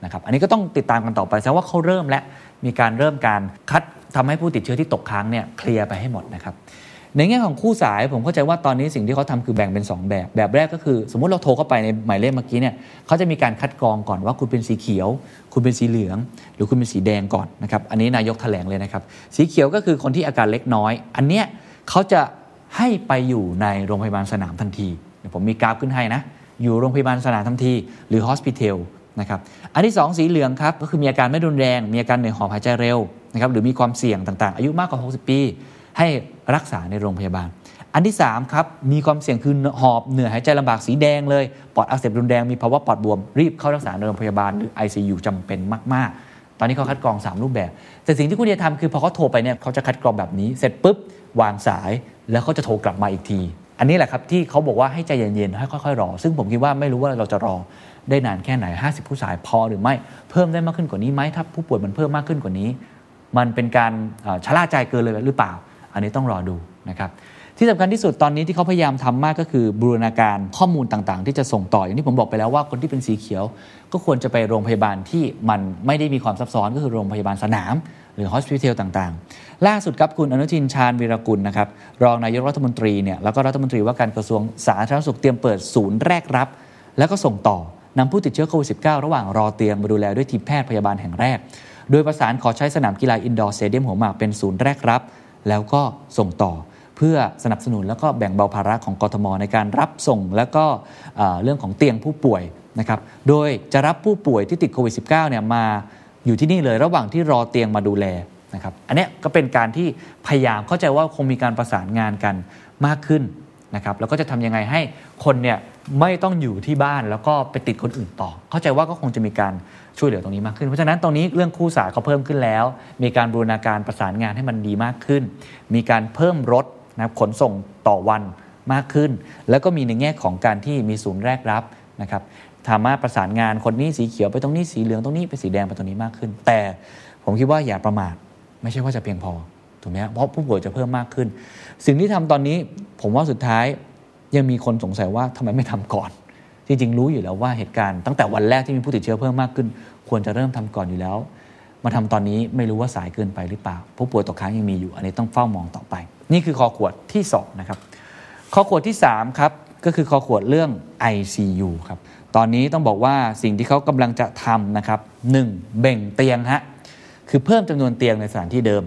นะครับอันนี้ก็ต้องติดตามกันต่อไปแสดงว่าเขาเริ่มและมีการเริ่มการคัดทำให้ผู้ติดเชื้อที่ตกค้างเนี่ยเคลียร์ไปให้หมดนะครับในแง่ของคู่สายผมเข้าใจว่าตอนนี้สิ่งที่เขาทำคือแบ่งเป็น2แบบแรกก็คือสมมุติเราโทรเข้าไปในหมายเลขเมื่อกี้เนี่ยเขาจะมีการคัดกรองก่อนว่าคุณเป็นสีเขียวคุณเป็นสีเหลืองหรือคุณเป็นสีแดงก่อนนะครับอันนี้นายกแถลงเลยนะครับสีเขียวก็คือคนที่อาการเล็กน้อยอันเนี้ยเขาจะให้ไปอยู่ในโรงพยาบาลสนามทันทีเดี๋ยวผมมีกราฟขึ้นให้นะอยู่โรงพยาบาลสนามทันทีหรือ hospital นะครับอันที่2สีเหลืองครับก็คือมีอาการไม่รุนแรงมีอาการเหนื่อยหอบหายใจเร็วนะครับหรือมีความเสี่ยงต่างๆอายุมากกว่า60ปีให้รักษาในโรงพยาบาลอันที่3ครับมีความเสี่ยงคือหอบเหนื่อยหายใจลำบากสีแดงเลยปอดอักเสบรุนแรงมีภาวะปอดบวมรีบเข้ารักษาในโรงพยาบาลหรือ ICU จำเป็นมากๆตอนนี้เขาคัดกรอง3รูปแบบแต่สิ่งที่คุณจะทำคือพอเขาโทรไปเนี่ยเขาจะคัดกรองแบบนี้เสร็จปุ๊บวางสายแล้วเขาจะโทรกลับมาอีกทีอันนี้แหละครับที่เขาบอกว่าให้ใจเย็นๆให้ค่อยๆรอซึ่งผมคิดว่าไม่รู้ว่าเราจะรอได้นานแค่ไหน50ผู้สายพอหรือไม่เพิ่มได้มากขึ้นกว่านี้ไหมถ้าผู้ป่วยมันเพิ่มมากขึ้นกว่านี้มันเป็นการชะล่าใจเกินเลยหรือเปล่าอันนี้ต้องรอดูนะครับที่สำคัญที่สุดตอนนี้ที่เขาพยายามทำมากก็คือบูรณาการข้อมูลต่างๆที่จะส่งต่ออย่างที่ผมบอกไปแล้วว่าคนที่เป็นสีเขียวก็ควรจะไปโรงพยาบาลที่มันไม่ได้มีความซับซ้อนก็คือโรงพยาบาลสนามหรือ hospital ต่างๆล่าสุดครับคุณอนุทินชาญวีรกุลนะครับรองนายกรัฐมนตรีเนี่ยแล้วก็รัฐมนตรีว่าการกระทรวงสาธารณสุขเตรียมเปิดศูนย์แรกรับแล้วก็ส่งต่อนำผู้ติดเชื้อโควิด -19 ระหว่างรอเตียงมาดูแลด้วยทีมแพทย์พยาบาลแห่งแรกโดยประสานขอใช้สนามกีฬาอินดอร์สเตเดียมหัวหมากเป็นศูนย์แรกรับแล้วก็ส่งต่อเพื่อสนับสนุนแล้วก็แบ่งเบาภาระของกทมในการรับส่งแล้วก็เรื่องของเตียงผู้ป่วยนะครับโดยจะรับผู้ป่วยที่ติดโควิด -19 เนี่ยมาอยู่ที่นี่เลยระหว่างที่รอเตียงมาดูแลนะครับอันนี้ก็เป็นการที่พยายามเข้าใจว่าคงมีการประสานงานกันมากขึ้นนะครับแล้วก็จะทำยังไงให้คนเนี่ยไม่ต้องอยู่ที่บ้านแล้วก็ไปติดคนอื่นต่อเข้าใจว่าก็คงจะมีการช่วยเหลือตรงนี้มากขึ้นเพราะฉะนั้นตรงนี้เรื่องคู่สายเขาเพิ่มขึ้นแล้วมีการบูรณาการประสานงานให้มันดีมากขึ้นมีการเพิ่มรถนะขนส่งต่อวันมากขึ้นแล้วก็มีในแง่ของการที่มีศูนย์แรกรับนะครับสามารถประสานงานคนนี้สีเขียวไปตรงนี้สีเหลืองตรงนี้ไปสีแดงไปตรงนี้มากขึ้นแต่ผมคิดว่าอย่าประมาทไม่ใช่ว่าจะเพียงพอถูกไหมเพราะผู้ป่วยจะเพิ่มมากขึ้นสิ่งที่ทำตอนนี้ผมว่าสุดท้ายยังมีคนสงสัยว่าทำไมไม่ทำก่อนจริงๆรู้อยู่แล้วว่าเหตุการณ์ตั้งแต่วันแรกที่มีผู้ติดเชื้อเพิ่มมากขึ้นควรจะเริ่มทำก่อนอยู่แล้วมาทำตอนนี้ไม่รู้ว่าสายเกินไปหรือเปล่าผู้ป่วยตกค้างยังมีอยู่อันนี้ต้องเฝ้ามองต่อไปนี่คือคอขวดที่2นะครับคอขวดที่3ครับก็คือคอขวดเรื่อง ICU ครับตอนนี้ต้องบอกว่าสิ่งที่เขากำลังจะทำนะครับ1เบ่งเตียงฮะคือเพิ่มจำนวนเตียงในสถานที่เดิม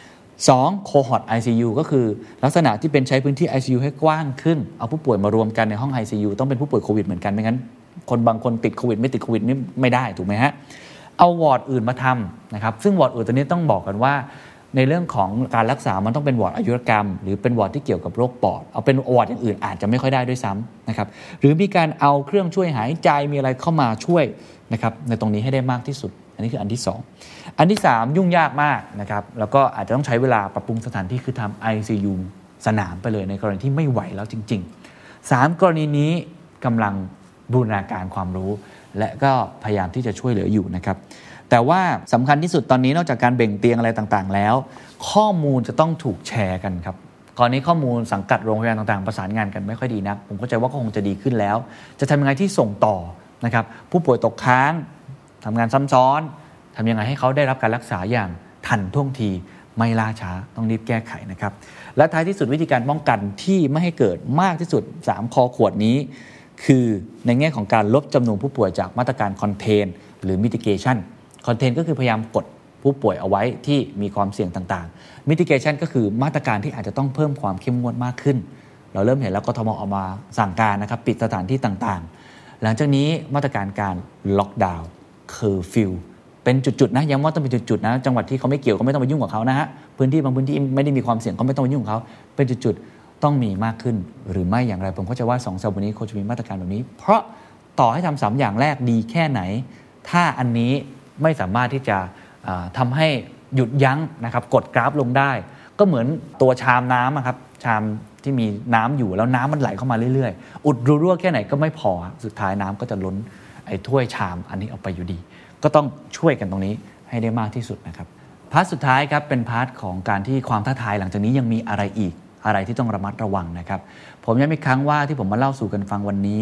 2โคฮอร์ต ICU ก็คือลักษณะที่เป็นใช้พื้นที่ ICU ให้กว้างขึ้นเอาผู้ป่วยมารวมกันในห้อง ICU ต้องเป็นผู้ป่วยโควิดเหมือนกันไม่งั้นคนบางคนติดโควิดไม่ติดโควิดนี่ไม่ได้ถูกไหมฮะเอาวอร์ดอื่นมาทำนะครับซึ่งวอร์ดอื่นตัวนี้ต้องบอกกันว่าในเรื่องของการรักษามันต้องเป็นวอร์ดอายุรกรรมหรือเป็นวอร์ดที่เกี่ยวกับโรคปอดเอาเป็นวอร์ดอย่างอื่นอาจจะไม่ค่อยได้ด้วยซ้ำนะครับหรือมีการเอาเครื่องช่วยหายใจมีอะไรเข้ามาช่วยนะครับในตรงนี้ให้ได้มากที่สุดอันนี้คืออันที่2อันที่3ยุ่งยากมากนะครับแล้วก็อาจจะต้องใช้เวลาปรับปรุงสถานที่คือทำ ICU สนามไปเลยในกรณีที่ไม่ไหวแล้วจริงๆ3กรณีนี้กำลังบูรณาการความรู้และก็พยายามที่จะช่วยเหลืออยู่นะครับแต่ว่าสำคัญที่สุดตอนนี้นอกจากการเบ่งเตียงอะไรต่างๆแล้วข้อมูลจะต้องถูกแชร์กันครับตอนนี้ข้อมูลสังกัดโรงพยาบาลต่างๆประสานงานกันไม่ค่อยดีนักผมเข้าใจว่าก็คงจะดีขึ้นแล้วจะทำยังไงที่ส่งต่อนะครับผู้ป่วยตกค้างทำงานซ้ำซ้อนทำยังไงให้เขาได้รับการรักษาอย่างทันท่วงทีไม่ล่าช้าต้องรีบแก้ไขนะครับและท้ายที่สุดวิธีการป้องกันที่ไม่ให้เกิดมากที่สุด3คอขวดนี้คือในแง่ของการลดจำนวนผู้ป่วยจากมาตรการคอนเทนหรือ mitigation คอนเทนก็คือพยายามกดผู้ป่วยเอาไว้ที่มีความเสี่ยงต่างๆ mitigation ก็คือมาตรการที่อาจจะต้องเพิ่มความเข้มงวดมากขึ้นเราเริ่มเห็นแล้วกทมออกมาสั่งการนะครับปิดสถานที่ต่างๆหลังจากนี้มาตรการการล็อกดาวน์เคอร์ฟิวเป็นจุดๆนะย้ำว่าต้องเป็นจุดๆนะจังหวัดที่เขาไม่เกี่ยวก็ไม่ต้องไปยุ่งกับเขานะฮะพื้นที่บางพื้นที่ไม่ได้มีความเสี่ยงก็ไม่ต้องไปยุ่งกับเขาเป็นจุดๆต้องมีมากขึ้นหรือไม่อย่างไรผมเข้าใจว่า2 สัปดาห์นี้ควรจะมีมาตรการแบบนี้เพราะต่อให้ทำ3อย่างแรกดีแค่ไหนถ้าอันนี้ไม่สามารถที่จะทำให้หยุดยั้งนะครับกดกราฟลงได้ก็เหมือนตัวชามน้ำครับชามที่มีน้ำอยู่แล้วน้ำมันไหลเข้ามาเรื่อยๆอุดรั่วแค่ไหนก็ไม่พอสุดท้ายน้ำก็จะล้นไอ้ถ้วยชามอันนี้ออกไปอยู่ดีก็ต้องช่วยกันตรงนี้ให้ได้มากที่สุดนะครับพาร์ทสุดท้ายครับเป็นพาร์ทของการที่ความท้าทายหลังจากนี้ยังมีอะไรอีกอะไรที่ต้องระมัดระวังนะครับผมย้ำอีกครั้งว่าที่ผมมาเล่าสู่กันฟังวันนี้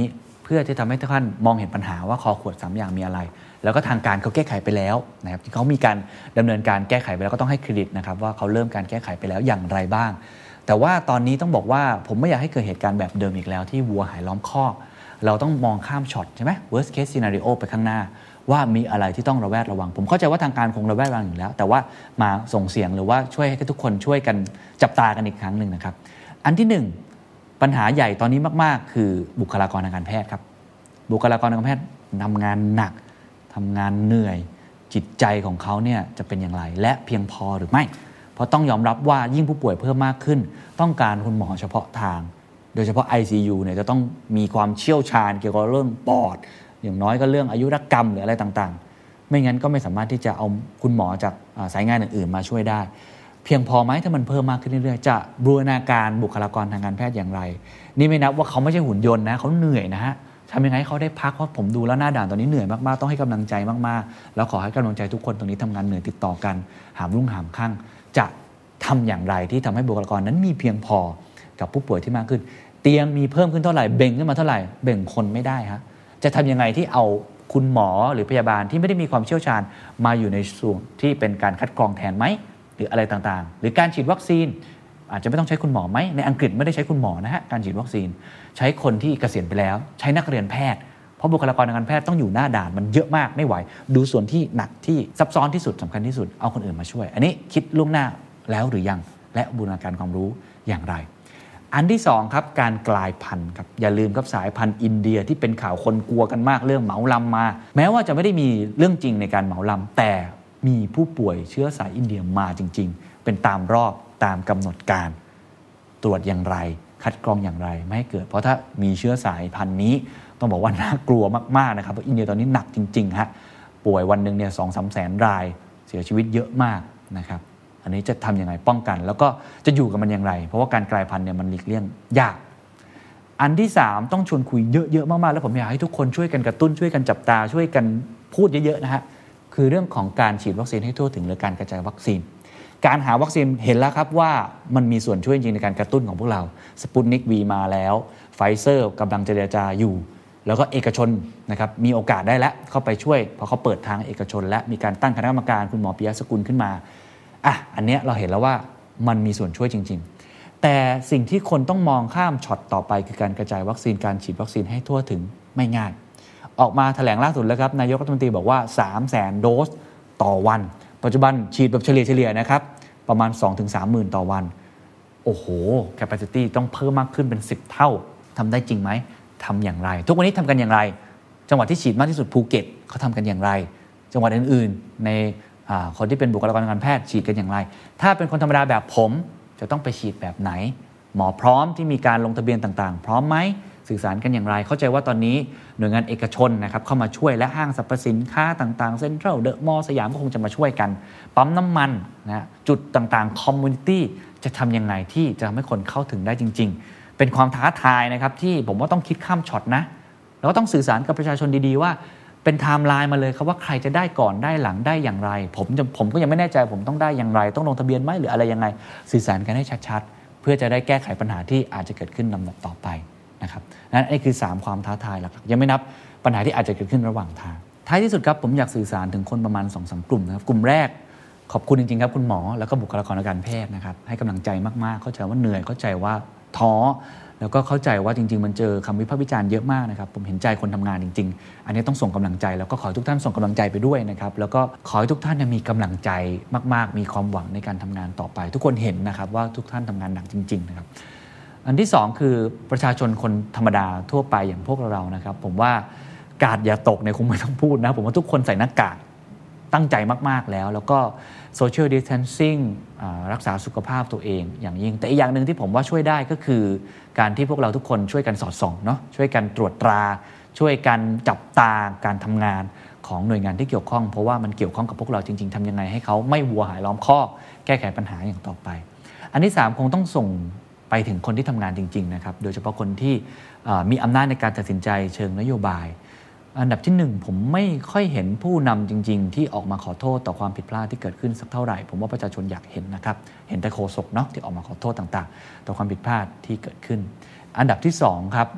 เพื่อที่ทำให้ท่านมองเห็นปัญหาว่าคอขวด3อย่างมีอะไรแล้วก็ทางการเขาแก้ไขไปแล้วนะครับที่เขามีการดำเนินการแก้ไขไปแล้วก็ต้องให้เครดิตนะครับว่าเขาเริ่มการแก้ไขไปแล้วอย่างไรบ้างแต่ว่าตอนนี้ต้องบอกว่าผมไม่อยากให้เกิดเหตุการณ์แบบเดิมอีกแล้วที่วัวหายล้อมคอกเราต้องมองข้ามช็อตใช่ไหม worst case scenario ไปข้างหน้าว่ามีอะไรที่ต้องระแวดระวังผมเข้าใจว่าทางการคงระแวดระวังอยู่แล้วแต่ว่ามาส่งเสียงหรือว่าช่วยให้ทุกคนช่วยกันจับตากันอีกครั้งนึงนะครับอันที่1ปัญหาใหญ่ตอนนี้มากๆคือบุคลากรทางการแพทย์ครับบุคลากรทางการแพทย์ทำงานหนักทำงานเหนื่อยจิตใจของเขาเนี่ยจะเป็นอย่างไรและเพียงพอหรือไม่เพราะต้องยอมรับว่ายิ่งผู้ป่วยเพิ่มมากขึ้นต้องการคุณหมอเฉพาะทางโดยเฉพาะ ICU เนี่ยจะต้องมีความเชี่ยวชาญเกี่ยวกับเรื่องปอดอย่างน้อยก็เรื่องอายุรกรรมหรืออะไรต่างๆไม่งั้นก็ไม่สามารถที่จะเอาคุณหมอจากสายงานอื่นๆมาช่วยได้เพียงพอไหมถ้ามันเพิ่มมากขึ้นเรื่อยๆจะบูรณาการบุคลากรทางการแพทย์อย่างไรนี่ไม่นับว่าเขาไม่ใช่หุ่นยนต์นะเขาเหนื่อยนะฮะทำยังไงให้เขาได้พักเพราะผมดูแล้วหน้าด่านตอนนี้เหนื่อยมากๆต้องให้กำลังใจมากๆแล้วขอให้กำลังใจทุกคนตรงนี้ทำงานเหนื่อยติดต่อกันหามรุ่งหามค่ำจะทำอย่างไรที่ทำให้บุคลากรนั้นมีเพียงพอกับผู้ป่วยที่มากขึ้นเตียงมีเพิ่มขึ้นเท่าไหร่เบ่งขึ้นมาเท่าไหร่เบ่งคนไม่ได้ฮะจะทำยังไงที่เอาคุณหมอหรือพยาบาลที่ไม่ได้มีความเชี่ยวชาญมาอยู่ในส่วนที่เป็นการคัดกรองแทนไหมหรืออะไรต่างๆหรือการฉีดวัคซีนอาจจะไม่ต้องใช้คุณหมอไหมในอังกฤษไม่ได้ใช้คุณหมอนะฮะการฉีดวัคซีนใช้คนที่เกษียณไปแล้วใช้นักเรียนแพทย์เพราะบุคลากรทางการแพทย์ต้องอยู่หน้าด่านมันเยอะมากไม่ไหวดูส่วนที่หนักที่ซับซ้อนที่สุดสำคัญที่สุดเอาคนอื่นมาช่วยอันนี้คิดล่วงหน้าแล้วหรือยังและบูรณาการความรู้อย่างไรอันที่2ครับการกลายพันธุ์ครับอย่าลืมครับสายพันธุ์อินเดียที่เป็นข่าวคนกลัวกันมากเรื่องเหมาลำมาแม้ว่าจะไม่ได้มีเรื่องจริงในการเหมาลำแต่มีผู้ป่วยเชื้อสายอินเดียมาจริงๆเป็นตามรอบตามกำหนดการตรวจอย่างไรคัดกรองอย่างไรไม่ให้เกิดเพราะถ้ามีเชื้อสายพันธุ์นี้ต้องบอกว่าน่ากลัวมากๆนะครับเพราะอินเดียตอนนี้หนักจริงๆฮะป่วยวันนึงเนี่ย 2-3 แสนรายเสียชีวิตเยอะมากนะครับอันนี้จะทำยังไงป้องกันแล้วก็จะอยู่กับมันอย่างไรเพราะว่าการกลายพันธุ์เนี่ยมันหลีกเลี่ยงยากอันที่3ต้องชวนคุยเยอะๆมากๆแล้วผมอยากให้ทุกคนช่วยกันกระตุ้นช่วยกันจับตาช่วยกันพูดเยอะๆนะฮะคือเรื่องของการฉีดวัคซีนให้ทั่วถึงหรือการกระจายวัคซีนการหาวัคซีนเห็นแล้วครับว่ามันมีส่วนช่วยจริงในการกระตุ้นของพวกเราสปุตนิก V มาแล้วไฟเซอร์กำลังเจรจาอยู่แล้วก็เอกชนนะครับมีโอกาสได้แล้วเข้าไปช่วยเพราะเขาเปิดทางเอกชนและมีการตั้งคณะกรรมการคุณหมอปิยะสกุลขึ้นมาอันเนี้ยเราเห็นแล้วว่ามันมีส่วนช่วยจริงๆแต่สิ่งที่คนต้องมองข้ามช็อตต่อไปคือการกระจายวัคซีนการฉีดวัคซีนให้ทั่วถึงไม่ง่ายออกมาแถลงล่าสุดแล้วครับนายกรัฐมนตรีบอกว่า 300,000 โดสต่อวันปัจจุบันฉีดแบบเฉลี่ยนะครับประมาณ 2-3 หมื่นต่อวันโอ้โห capacity ต้องเพิ่มมากขึ้นเป็น10เท่าทำได้จริงไหมทำอย่างไรทุกวันนี้ทำกันอย่างไรจังหวัดที่ฉีดมากที่สุดภูเก็ตเขาทำกันอย่างไรจังหวัดอื่นๆในคนที่เป็นบุคลากรทางการแพทย์ฉีดกันอย่างไรถ้าเป็นคนธรรมดาแบบผมจะต้องไปฉีดแบบไหนหมอพร้อมที่มีการลงทะเบียนต่างๆพร้อมไหมสื่อสารกันอย่างไรเข้าใจว่าตอนนี้หน่วยงานเอกชนนะครับเข้ามาช่วยและห้างสรรพสินค้าต่างๆเซ็นทรัลเดอะมอลล์สยามก็คงจะมาช่วยกันปั๊มน้ำมันนะจุดต่างๆคอมมูนิตี้จะทำยังไงที่จะทำให้คนเข้าถึงได้จริงๆเป็นความท้าทายนะครับที่ผมว่าต้องคิดข้ามช็อตนะแล้วก็ต้องสื่อสารกับประชาชนดีๆว่าเป็นไทม์ไลน์มาเลยครับว่าใครจะได้ก่อนได้หลังได้อย่างไรผมก็ยังไม่แน่ใจผมต้องได้อย่างไรต้องลงทะเบียนไหมหรืออะไรยังไงสื่อสารกันให้ชัดๆเพื่อจะได้แก้ไขปัญหาที่อาจจะเกิดขึ้นลำดับต่อไปนะครับนั่นคือ3ความท้าทายหลักๆยังไม่นับปัญหาที่อาจจะเกิดขึ้นระหว่างทางท้ายที่สุดครับผมอยากสื่อสารถึงคนประมาณ 2-3 กลุ่มนะครับกลุ่มแรกขอบคุณจริงๆครับคุณหมอแล้วก็บุคลากรทางการแพทย์นะครับให้กำลังใจมากๆเข้าใจว่าเหนื่อยเข้าใจว่าท้อแล้วก็เข้าใจว่าจริงๆมันเจอคำวิพากษ์วิจารณ์เยอะมากนะครับผมเห็นใจคนทำงานจริงๆอันนี้ต้องส่งกำลังใจแล้วก็ขอให้ทุกท่านส่งกำลังใจไปด้วยนะครับแล้วก็ขอให้ทุกท่านมีกำลังใจมากๆมีความหวังในการทำงานต่อไปทุกคนเห็นนะครับว่าทุกท่านทำงานหนักจริงๆนะครับอันที่2คือประชาชนคนธรรมดาทั่วไปอย่างพวกเรานะครับผมว่ากาดอย่าตกเนี่ยคงไม่ต้องพูดนะผมว่าทุกคนใส่หน้ากากตั้งใจมากๆแล้วก็social distancing รักษาสุขภาพตัวเองอย่างยิ่งแต่อีกอย่างนึงที่ผมว่าช่วยได้ก็คือการที่พวกเราทุกคนช่วยกันสอดส่องเนาะช่วยกันตรวจตราช่วยกันจับตาการทำงานของหน่วยงานที่เกี่ยวข้องเพราะว่ามันเกี่ยวข้องกับพวกเราจริงๆทำยังไงให้เขาไม่วัวหายล้อมคอกแก้ไขปัญหาอย่างต่อไปอันที่3คงต้องส่งไปถึงคนที่ทำงานจริงๆนะครับโดยเฉพาะคนที่มีอำนาจในการตัดสินใจเชิงนโยบายอันดับที่1ผมไม่ค่อยเห็นผู้นำจริงๆที่ออกมาขอโทษต่อความผิดพลาดที่เกิดขึ้นสักเท่าไหร่ผมว่าประชาชนอยากเห็นนะครับเห็นแต่โฆษกเนาะที่ออกมาขอโทษต่างๆต่อความผิดพลาดที่เกิดขึ้นอันดับที่2ครับ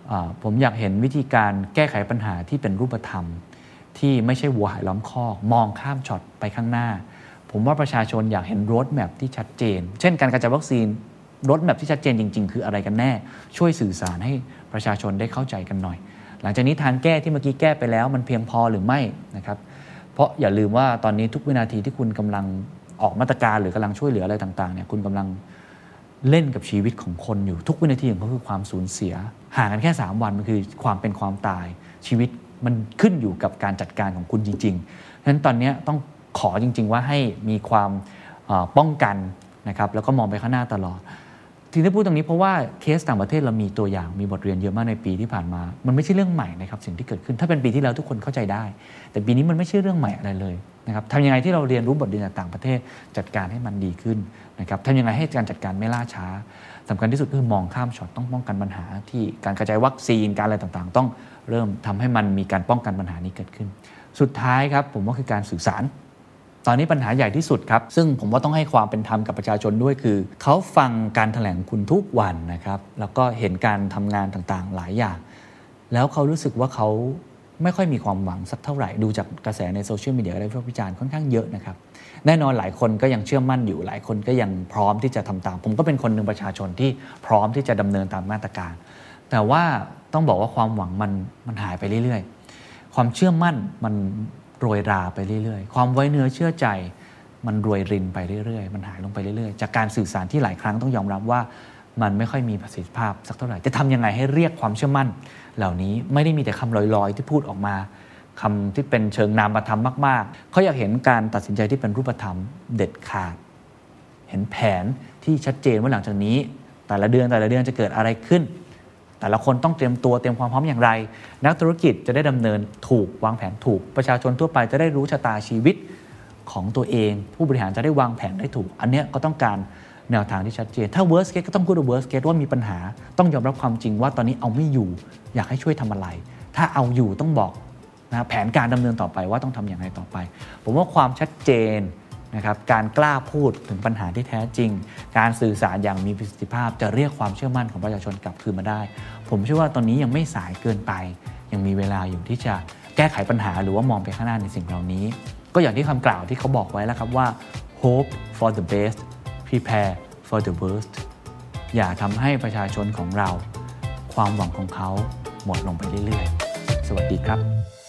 ผมอยากเห็นวิธีการแก้ไขปัญหาที่เป็นรูปธรรมที่ไม่ใช่วัวหายล้อมคอกมองข้ามช็อตไปข้างหน้าผมว่าประชาชนอยากเห็นโรดแมพที่ชัดเจนเช่นการกระจายวัคซีนโรดแมพที่ชัดเจนจริงๆคืออะไรกันแน่ช่วยสื่อสารให้ประชาชนได้เข้าใจกันหน่อยหลังจากนี้ทางแก้ที่เมื่อกี้แก้ไปแล้วมันเพียงพอหรือไม่นะครับเพราะอย่าลืมว่าตอนนี้ทุกวินาทีที่คุณกำลังออกมาตรการหรือกำลังช่วยเหลืออะไรต่างๆเนี่ยคุณกำลังเล่นกับชีวิตของคนอยู่ทุกวินาทีของเขาคือความสูญเสียห่างกันแค่3วันมันคือความเป็นความตายชีวิตมันขึ้นอยู่กับการจัดการของคุณจริงๆฉะนั้นตอนนี้ต้องขอจริงๆว่าให้มีความป้องกันนะครับแล้วก็มองไปข้างหน้าตลอดที่ได้พูดตรงนี้เพราะว่าเคสต่างประเทศเรามีตัวอย่างมีบทเรียนเยอะมากในปีที่ผ่านมามันไม่ใช่เรื่องใหม่นะครับสิ่งที่เกิดขึ้นถ้าเป็นปีที่แล้วทุกคนเข้าใจได้แต่ปีนี้มันไม่ใช่เรื่องใหม่อะไรเลยนะครับทำยังไงที่เราเรียนรู้บทเรียนจากต่างประเทศจัดการให้มันดีขึ้นนะครับทำยังไงให้การจัดการไม่ล่าช้าสำคัญที่สุดคือมองข้ามช็อตต้องป้องกันปัญหาที่การกระจายวัคซีนการอะไรต่างๆต้องเริ่มทำให้มันมีการป้องกันปัญหานี้เกิดขึ้นสุดท้ายครับผมว่าคือการสื่อสารตอนนี้ปัญหาใหญ่ที่สุดครับซึ่งผมว่าต้องให้ความเป็นธรรมกับประชาชนด้วยคือเขาฟังการแถลงคุณทุกวันนะครับแล้วก็เห็นการทำงานต่างๆหลายอย่างแล้วเขารู้สึกว่าเขาไม่ค่อยมีความหวังสักเท่าไหร่ดูจากกระแสในโซเชียลมีเดียและวิพากษ์วิจารณ์ค่อนข้างเยอะนะครับแน่นอนหลายคนก็ยังเชื่อมั่นอยู่หลายคนก็ยังพร้อมที่จะทำตามผมก็เป็นคนหนึ่งประชาชนที่พร้อมที่จะดำเนินตามมาตรการแต่ว่าต้องบอกว่าความหวังมันหายไปเรื่อยๆความเชื่อมั่นมันโรยราไปเรื่อยๆความไว้เนื้อเชื่อใจมันรวยรินไปเรื่อยๆมันหายลงไปเรื่อยๆจากการสื่อสารที่หลายครั้งต้องยอมรับว่ามันไม่ค่อยมีประสิทธิภาพสักเท่าไหร่จะทำยังไงให้เรียกความเชื่อมั่นเหล่านี้ไม่ได้มีแต่คำลอยๆที่พูดออกมาคำที่เป็นเชิงนามธรรมมากๆเขาอยากเห็นการตัดสินใจที่เป็นรูปธรรมเด็ดขาดเห็นแผนที่ชัดเจนว่าหลังจากนี้แต่ละเดือนจะเกิดอะไรขึ้นแต่ละคนต้องเตรียมตัวเตรียมความพร้อมอย่างไรนักธุรกิจจะได้ดำเนินถูกวางแผนถูกประชาชนทั่วไปจะได้รู้ชะตาชีวิตของตัวเองผู้บริหารจะได้วางแผนได้ถูกอันเนี้ยก็ต้องการแนวทางที่ชัดเจนถ้า worst case ก็ต้องพูดว่า worst case ว่ามีปัญหาต้องยอมรับความจริงว่าตอนนี้เอาไม่อยู่อยากให้ช่วยทำอะไรถ้าเอาอยู่ต้องบอกนะแผนการดำเนินต่อไปว่าต้องทำอย่างไรต่อไปผมว่าความชัดเจนนะครับการกล้าพูดถึงปัญหาที่แท้จริงการสื่อสารอย่างมีประสิทธิภาพจะเรียกความเชื่อมั่นของประชาชนกลับคืนมาได้ผมเชื่อว่าตอนนี้ยังไม่สายเกินไปยังมีเวลาอยู่ที่จะแก้ไขปัญหาหรือว่ามองไปข้างหน้าในสิ่งเหล่านี้ก็อย่างที่คำกล่าวที่เขาบอกไว้แล้วครับว่า hope for the best prepare for the worst อย่าทำให้ประชาชนของเราความหวังของเขาหมดลงไปเรื่อยๆสวัสดีครับ